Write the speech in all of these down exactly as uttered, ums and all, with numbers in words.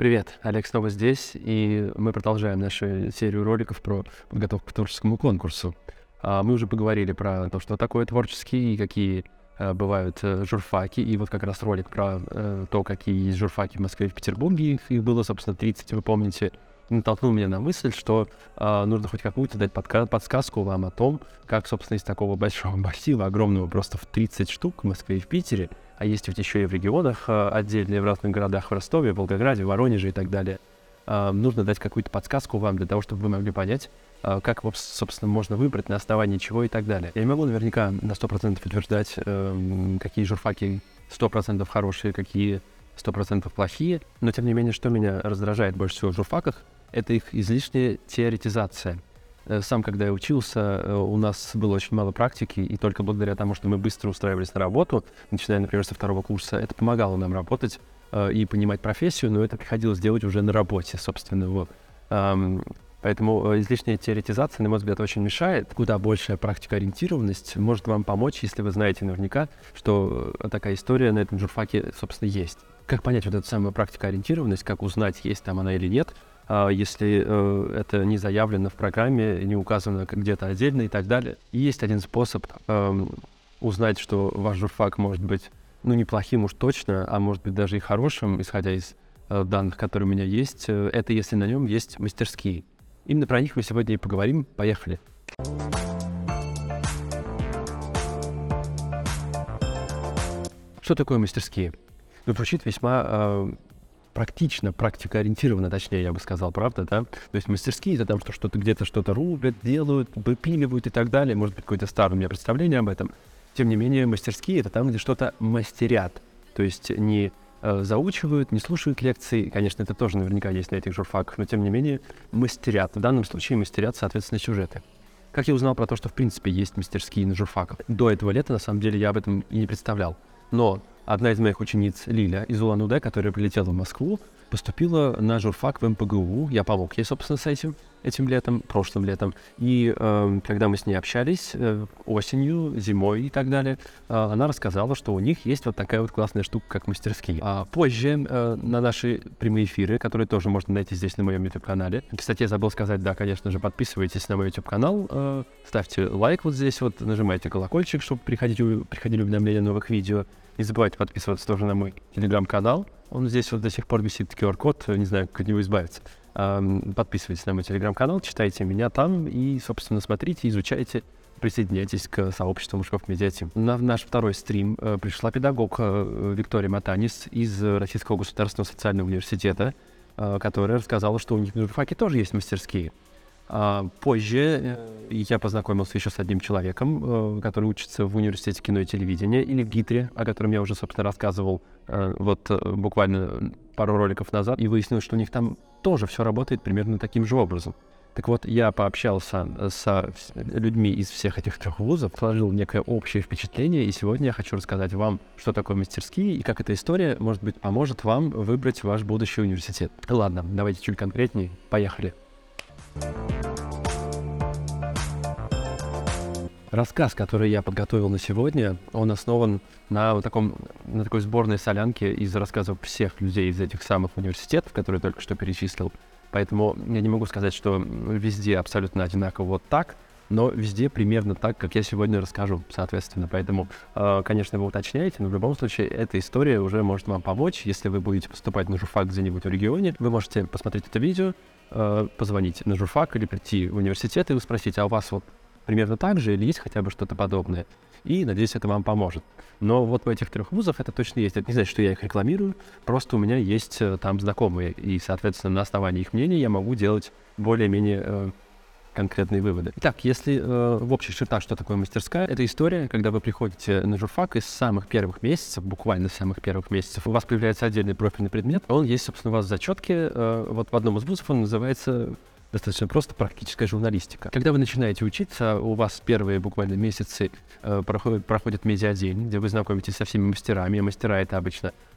Привет, Олег снова здесь, и мы продолжаем нашу серию роликов про подготовку к творческому конкурсу. А, Мы уже поговорили про то, что такое творческий и какие э, бывают э, журфаки, и вот как раз ролик про э, то, какие есть журфаки в Москве и в Петербурге, их, их было, собственно, тридцать, вы помните, натолкнул меня на мысль, что а, нужно хоть какую-то дать подка- подсказку вам о том, как, собственно, из такого большого массива, огромного, просто в тридцать штук в Москве и в Питере, а есть ведь еще и в регионах а, отдельные, в разных городах, в Ростове, Волгограде, Воронеже и так далее, а, нужно дать какую-то подсказку вам для того, чтобы вы могли понять, а, как, вот, собственно, можно выбрать, на основании чего и так далее. Я не могу наверняка на сто процентов утверждать, э, какие журфаки сто процентов хорошие, какие сто процентов плохие, но, тем не менее, что меня раздражает больше всего в журфаках, это их излишняя теоретизация. Э, Сам, когда я учился, э, у нас было очень мало практики, и только благодаря тому, что мы быстро устраивались на работу, начиная, например, со второго курса, это помогало нам работать э, и понимать профессию, но это приходилось делать уже на работе, собственно. Вот. Ам, Поэтому э, излишняя теоретизация, на мой взгляд, очень мешает. Куда большая практикоориентированность может вам помочь, если вы знаете наверняка, что э, такая история на этом журфаке, собственно, есть. Как понять вот эту самую практикоориентированность, как узнать, есть там она или нет, а, если э, это не заявлено в программе, не указано как где-то отдельно и так далее. И есть один способ эм, узнать, что ваш журфак может быть, ну, неплохим уж точно, а может быть даже и хорошим, исходя из э, данных, которые у меня есть, э, это если на нем есть мастерские. Именно про них мы сегодня и поговорим. Поехали. Что такое мастерские? Ну, звучит весьма э, практично, практикоориентированно, точнее, я бы сказал, правда, да? То есть мастерские — это там что- что-то где-то что-то рубят, делают, выпиливают и так далее. Может быть, какое-то старое у меня представление об этом. Тем не менее, мастерские — это там, где что-то мастерят. То есть не э, заучивают, не слушают лекции. Конечно, это тоже наверняка есть на этих журфаках, но тем не менее мастерят. В данном случае мастерят, соответственно, сюжеты. Как я узнал про то, что в принципе есть мастерские на журфаках? До этого лета, на самом деле, я об этом и не представлял. Но одна из моих учениц, Лиля, из Улан-Удэ, которая прилетела в Москву, поступила на журфак в эм пэ гэ у. Я помог ей, собственно, с этим, этим летом, прошлым летом. И э, когда мы с ней общались э, осенью, зимой и так далее, э, она рассказала, что у них есть вот такая вот классная штука, как мастерские. А позже э, на наши прямые эфиры, которые тоже можно найти здесь на моем YouTube-канале. Кстати, я забыл сказать, да, конечно же, подписывайтесь на мой YouTube-канал, э, ставьте лайк вот здесь вот, нажимайте колокольчик, чтобы приходить, приходили уведомления о новых видео. Не забывайте подписываться тоже на мой телеграм-канал. Он здесь вот до сих пор висит, ку ар код, не знаю, как от него избавиться. Подписывайтесь на мой телеграм-канал, читайте меня там и, собственно, смотрите, изучайте, присоединяйтесь к сообществу Мышков Медиа Тим. На наш второй стрим э, пришла педагог э, Виктория Матанис из Российского государственного социального университета, э, которая рассказала, что у них на журфаке тоже есть мастерские. А позже э, я познакомился еще с одним человеком, э, который учится в университете кино и телевидения, или в ГИТРе, о котором я уже, собственно, рассказывал э, вот э, буквально пару роликов назад, и выяснилось, что у них там тоже все работает примерно таким же образом. Так вот, я пообщался с людьми из всех этих трех вузов, сложил некое общее впечатление, и сегодня я хочу рассказать вам, что такое мастерские, и как эта история, может быть, поможет вам выбрать ваш будущий университет. Ладно, давайте чуть конкретнее, поехали. Рассказ, который я подготовил на сегодня, он основан на, вот таком, на такой сборной солянке из рассказов всех людей из этих самых университетов, которые я только что перечислил. Поэтому я не могу сказать, что везде абсолютно одинаково вот так, но везде примерно так, как я сегодня расскажу, соответственно. Поэтому, конечно, вы уточняете, но в любом случае эта история уже может вам помочь. Если вы будете поступать на журфак где-нибудь в регионе, вы можете посмотреть это видео, позвонить на журфак или прийти в университет и спросить, а у вас вот примерно так же или есть хотя бы что-то подобное? И, надеюсь, это вам поможет. Но вот в этих трех вузах это точно есть. Это не значит, что я их рекламирую, просто у меня есть там знакомые, и, соответственно, на основании их мнений я могу делать более-менее э, конкретные выводы. Итак, если э, в общих чертах, что такое мастерская, это история, когда вы приходите на журфак, и с самых первых месяцев, буквально с самых первых месяцев, у вас появляется отдельный профильный предмет, он есть, собственно, у вас в зачетке, э, вот в одном из вузов он называется достаточно просто практическая журналистика. Когда вы начинаете учиться, у вас первые буквально месяцы э, проходят, проходят медиадень, где вы знакомитесь со всеми мастерами. Мастера — это обычно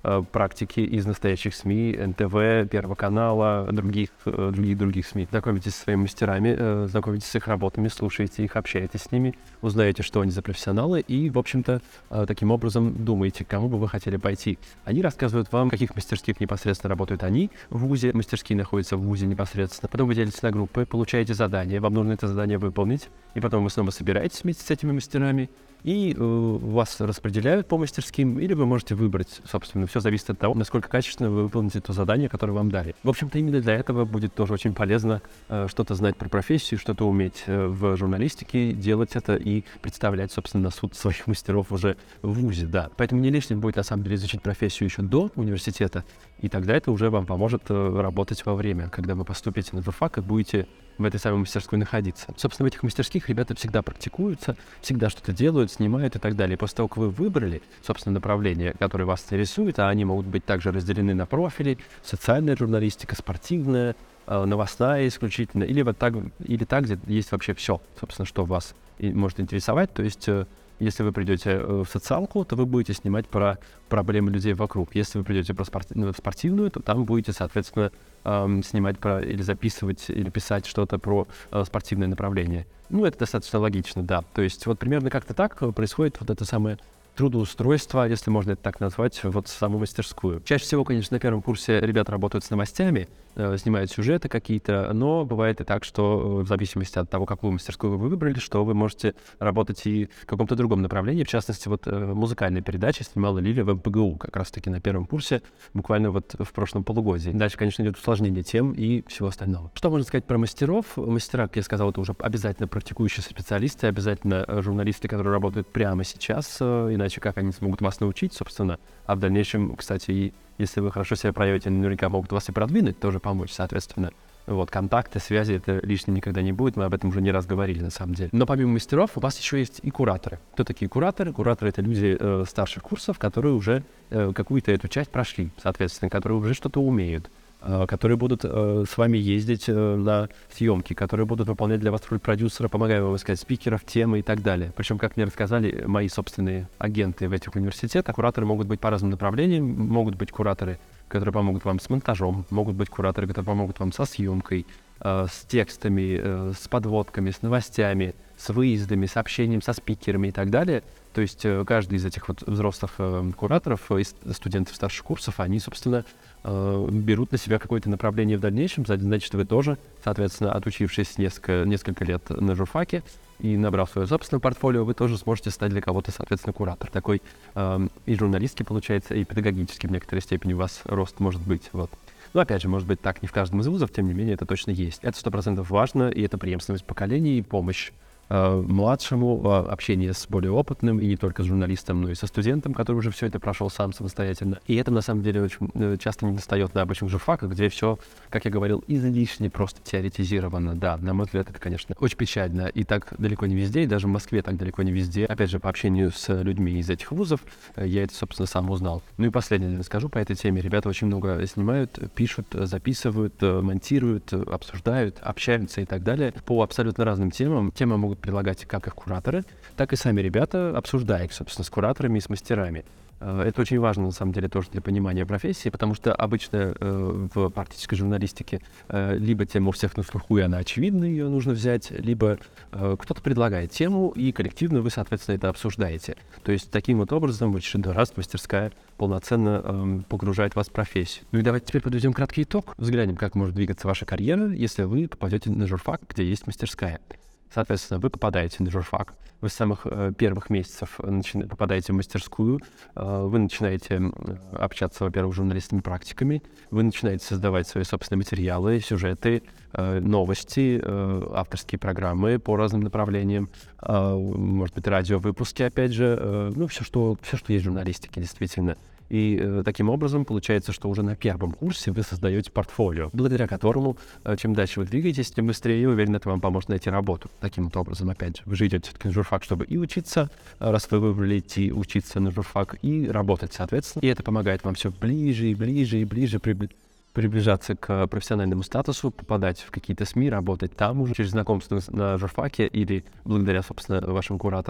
э, практики из настоящих СМИ, эн тэ вэ, Первого канала, других, э, других, других СМИ. Знакомитесь со своими мастерами, э, знакомитесь с их работами, слушаете их, общаетесь с ними, узнаете, что они за профессионалы, и, в общем-то, э, таким образом думаете, к кому бы вы хотели пойти. Они рассказывают вам, в каких мастерских непосредственно работают они в ВУЗе, мастерские находятся в ВУЗе непосредственно. Потом вы делитесь на группы, получаете задание, вам нужно это задание выполнить, и потом вы снова собираетесь вместе с этими мастерами, и э, вас распределяют по мастерским, или вы можете выбрать, собственно, все зависит от того, насколько качественно вы выполните то задание, которое вам дали. В общем-то, именно для этого будет тоже очень полезно э, что-то знать про профессию, что-то уметь э, в журналистике, делать это и представлять, собственно, на суд своих мастеров уже в ВУЗе, да. Поэтому не лишним будет, на самом деле, изучить профессию еще до университета, и тогда это уже вам поможет э, работать во время, когда вы поступите на журфак и будете в этой самой мастерской находиться. Собственно, в этих мастерских ребята всегда практикуются, всегда что-то делают, снимают и так далее. И после того, как вы выбрали, собственно, направление, которое вас интересует, а они могут быть также разделены на профили: социальная журналистика, спортивная, э, новостная исключительно, или вот так, или так, где есть вообще все, собственно, что вас и может интересовать. То есть, э, если вы придете в социалку, то вы будете снимать про проблемы людей вокруг. Если вы придете про спорт, ну, спортивную, то там будете, соответственно, эм, снимать про, или записывать, или писать что-то про э, спортивное направление. Ну, это достаточно логично, да. То есть вот примерно как-то так происходит вот это самое трудоустройство, если можно это так назвать, вот в саму мастерскую. Чаще всего, конечно, на первом курсе ребята работают с новостями, э, снимают сюжеты какие-то, но бывает и так, что э, в зависимости от того, какую мастерскую вы выбрали, что вы можете работать и в каком-то другом направлении. В частности, вот э, музыкальные передачи снимала Лиля в эм пэ гэ у, как раз-таки на первом курсе, буквально вот в прошлом полугодии. Дальше, конечно, идет усложнение тем и всего остального. Что можно сказать про мастеров? Мастера, как я сказал, это уже обязательно практикующие специалисты, обязательно э, журналисты, которые работают прямо сейчас, э, иначе как они смогут вас научить, собственно, а в дальнейшем, кстати, и если вы хорошо себя проявите, наверняка могут вас и продвинуть, тоже помочь, соответственно. Вот, контакты, связи, это лишним никогда не будет, мы об этом уже не раз говорили, на самом деле. Но помимо мастеров у вас еще есть и кураторы. Кто такие кураторы? Кураторы — это люди э, старших курсов, которые уже э, какую-то эту часть прошли, соответственно, которые уже что-то умеют, э, которые будут э, с вами ездить э, на съемки, которые будут выполнять для вас роль продюсера, помогая вам искать спикеров, темы и так далее. Причем, как мне рассказали мои собственные агенты в этих университетах, кураторы могут быть по разным направлениям, могут быть кураторы, которые помогут вам с монтажом, могут быть кураторы, которые помогут вам со съемкой, э, с текстами, э, с подводками, с новостями, с выездами, с общением со спикерами и так далее. То есть э, каждый из этих вот взрослых э, кураторов и студентов старших курсов, они, собственно, э, берут на себя какое-то направление в дальнейшем. Значит, вы тоже, соответственно, отучившись несколько, несколько лет на журфаке и набрав свое собственное портфолио, вы тоже сможете стать для кого-то, соответственно, куратор. Такой э, и журналистский, получается, и педагогический в некоторой степени у вас рост может быть. Вот. Но, опять же, может быть, так не в каждом из вузов, тем не менее, это точно есть. Это сто процентов важно, и это преемственность поколений, и помощь э, младшему, э, общение с более опытным, и не только с журналистом, но и со студентом, который уже все это прошел сам самостоятельно. И это, на самом деле, очень э, часто не достает на обычных журфаках, где все, как я говорил, излишне просто теоретизировано. Да, на мой взгляд, это, конечно, очень печально. И так далеко не везде, и даже в Москве так далеко не везде. Опять же, по общению с людьми из этих вузов, э, я это, собственно, сам узнал. Ну и последнее скажу по этой теме. Ребята очень много снимают, пишут, записывают, э, монтируют, обсуждают, общаются и так далее по абсолютно разным темам. Темы могут предлагать как их кураторы, так и сами ребята, обсуждая их, собственно, с кураторами и с мастерами. Это очень важно, на самом деле, тоже для понимания профессии, потому что обычно э, в практической журналистике э, либо тема у всех на слуху, и она очевидна, ее нужно взять, либо э, кто-то предлагает тему, и коллективно вы, соответственно, это обсуждаете. То есть таким вот образом в очередной раз мастерская полноценно э, погружает вас в профессию. Ну и давайте теперь подведем краткий итог, взглянем, как может двигаться ваша карьера, если вы попадете на журфак, где есть мастерская. Соответственно, вы попадаете на журфак, вы с самых э, первых месяцев начи- попадаете в мастерскую, э, вы начинаете э, общаться, во-первых, с журналистами-практиками, вы начинаете создавать свои собственные материалы, сюжеты, э, новости, э, авторские программы по разным направлениям, э, может быть, радиовыпуски, опять же, э, ну, все что, все, что есть в журналистике, действительно. И э, таким образом получается, что уже на первом курсе вы создаете портфолио, благодаря которому, э, чем дальше вы двигаетесь, тем быстрее, я уверен, это вам поможет найти работу. Таким вот образом, опять же, вы же идете все-таки на журфак, чтобы и учиться, раз вы выбрали идти учиться на журфак, и работать, соответственно. И это помогает вам все ближе и ближе и ближе прибли- приближаться к профессиональному статусу, попадать в какие-то СМИ, работать там уже через знакомство на журфаке или благодаря, собственно, вашим кураторам.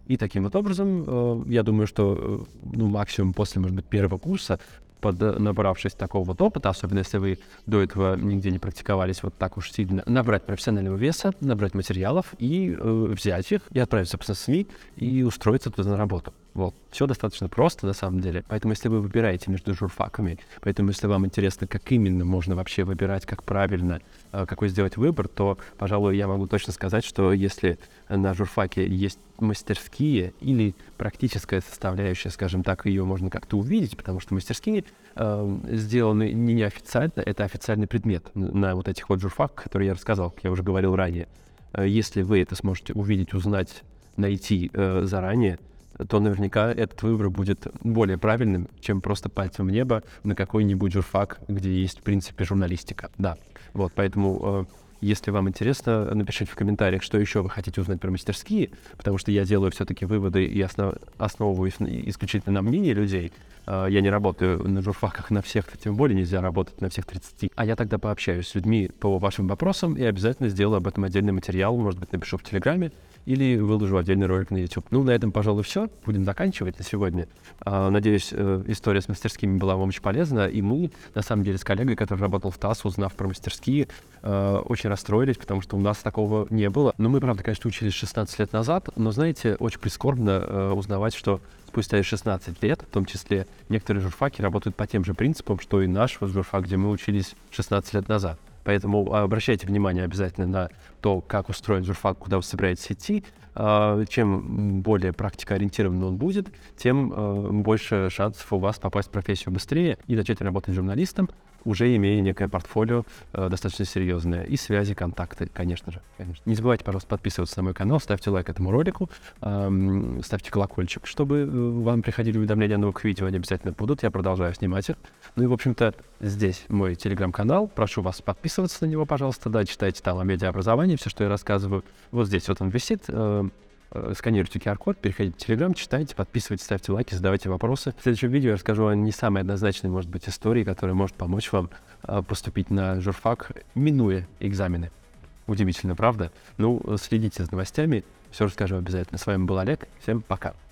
И таким вот образом, э, я думаю, что э, ну, максимум после, может быть, первого курса, под, набравшись такого вот опыта, особенно если вы до этого нигде не практиковались вот так уж сильно, набрать профессионального веса, набрать материалов и э, взять их, и отправить, собственно, в СМИ, и устроиться туда на работу. Вот. Все достаточно просто, на самом деле. Поэтому, если вы выбираете между журфаками, поэтому, если вам интересно, как именно можно вообще выбирать, как правильно, э, какой сделать выбор, то, пожалуй, я могу точно сказать, что если на журфаке есть мастерские или практическая составляющая, скажем так, ее можно как-то увидеть, потому что мастерские э, сделаны не неофициально, это официальный предмет на вот этих вот журфаках, которые я рассказал, как я уже говорил ранее. Э, если вы это сможете увидеть, узнать, найти э, заранее, то наверняка этот выбор будет более правильным, чем просто пальцем в небо на какой-нибудь журфак, где есть, в принципе, журналистика. Да, вот, поэтому... Э, Если вам интересно, напишите в комментариях, что еще вы хотите узнать про мастерские, потому что я делаю все-таки выводы и основ... основываюсь исключительно на мнении людей. Я не работаю на журфаках на всех, тем более нельзя работать на всех тридцати. А я тогда пообщаюсь с людьми по вашим вопросам и обязательно сделаю об этом отдельный материал, может быть, напишу в Телеграме или выложу отдельный ролик на YouTube. Ну, на этом, пожалуй, все. Будем заканчивать на сегодня. Надеюсь, история с мастерскими была вам очень полезна, и мы, на самом деле, с коллегой, который работал в ТАСС, узнав про мастерские, очень расстроились, потому что у нас такого не было. Но мы, правда, конечно, учились шестнадцать лет назад, но, знаете, очень прискорбно э, узнавать, что спустя шестнадцать лет, в том числе, некоторые журфаки работают по тем же принципам, что и наш вот журфак, где мы учились шестнадцать лет назад. Поэтому обращайте внимание обязательно на то, как устроен журфак, куда вы собираетесь идти. Э, чем более практикоориентированный он будет, тем э, больше шансов у вас попасть в профессию быстрее и начать работать журналистом, уже имея некое портфолио э, достаточно серьезное. И связи, контакты, конечно же. Конечно. Не забывайте, пожалуйста, подписываться на мой канал, ставьте лайк этому ролику, эм, ставьте колокольчик, чтобы вам приходили уведомления о новых видео. Они обязательно будут, я продолжаю снимать их. Ну и, в общем-то, здесь мой телеграм-канал. Прошу вас подписываться на него, пожалуйста. Да, читайте там о медиаобразовании, все, что я рассказываю. Вот здесь вот он висит. Э, сканируйте ку ар код, переходите в Telegram, читайте, подписывайтесь, ставьте лайки, задавайте вопросы. В следующем видео я расскажу о не самой однозначной, может быть, истории, которая может помочь вам а, поступить на журфак, минуя экзамены. Удивительно, правда? Ну, следите за новостями, все расскажу обязательно. С вами был Олег, всем пока.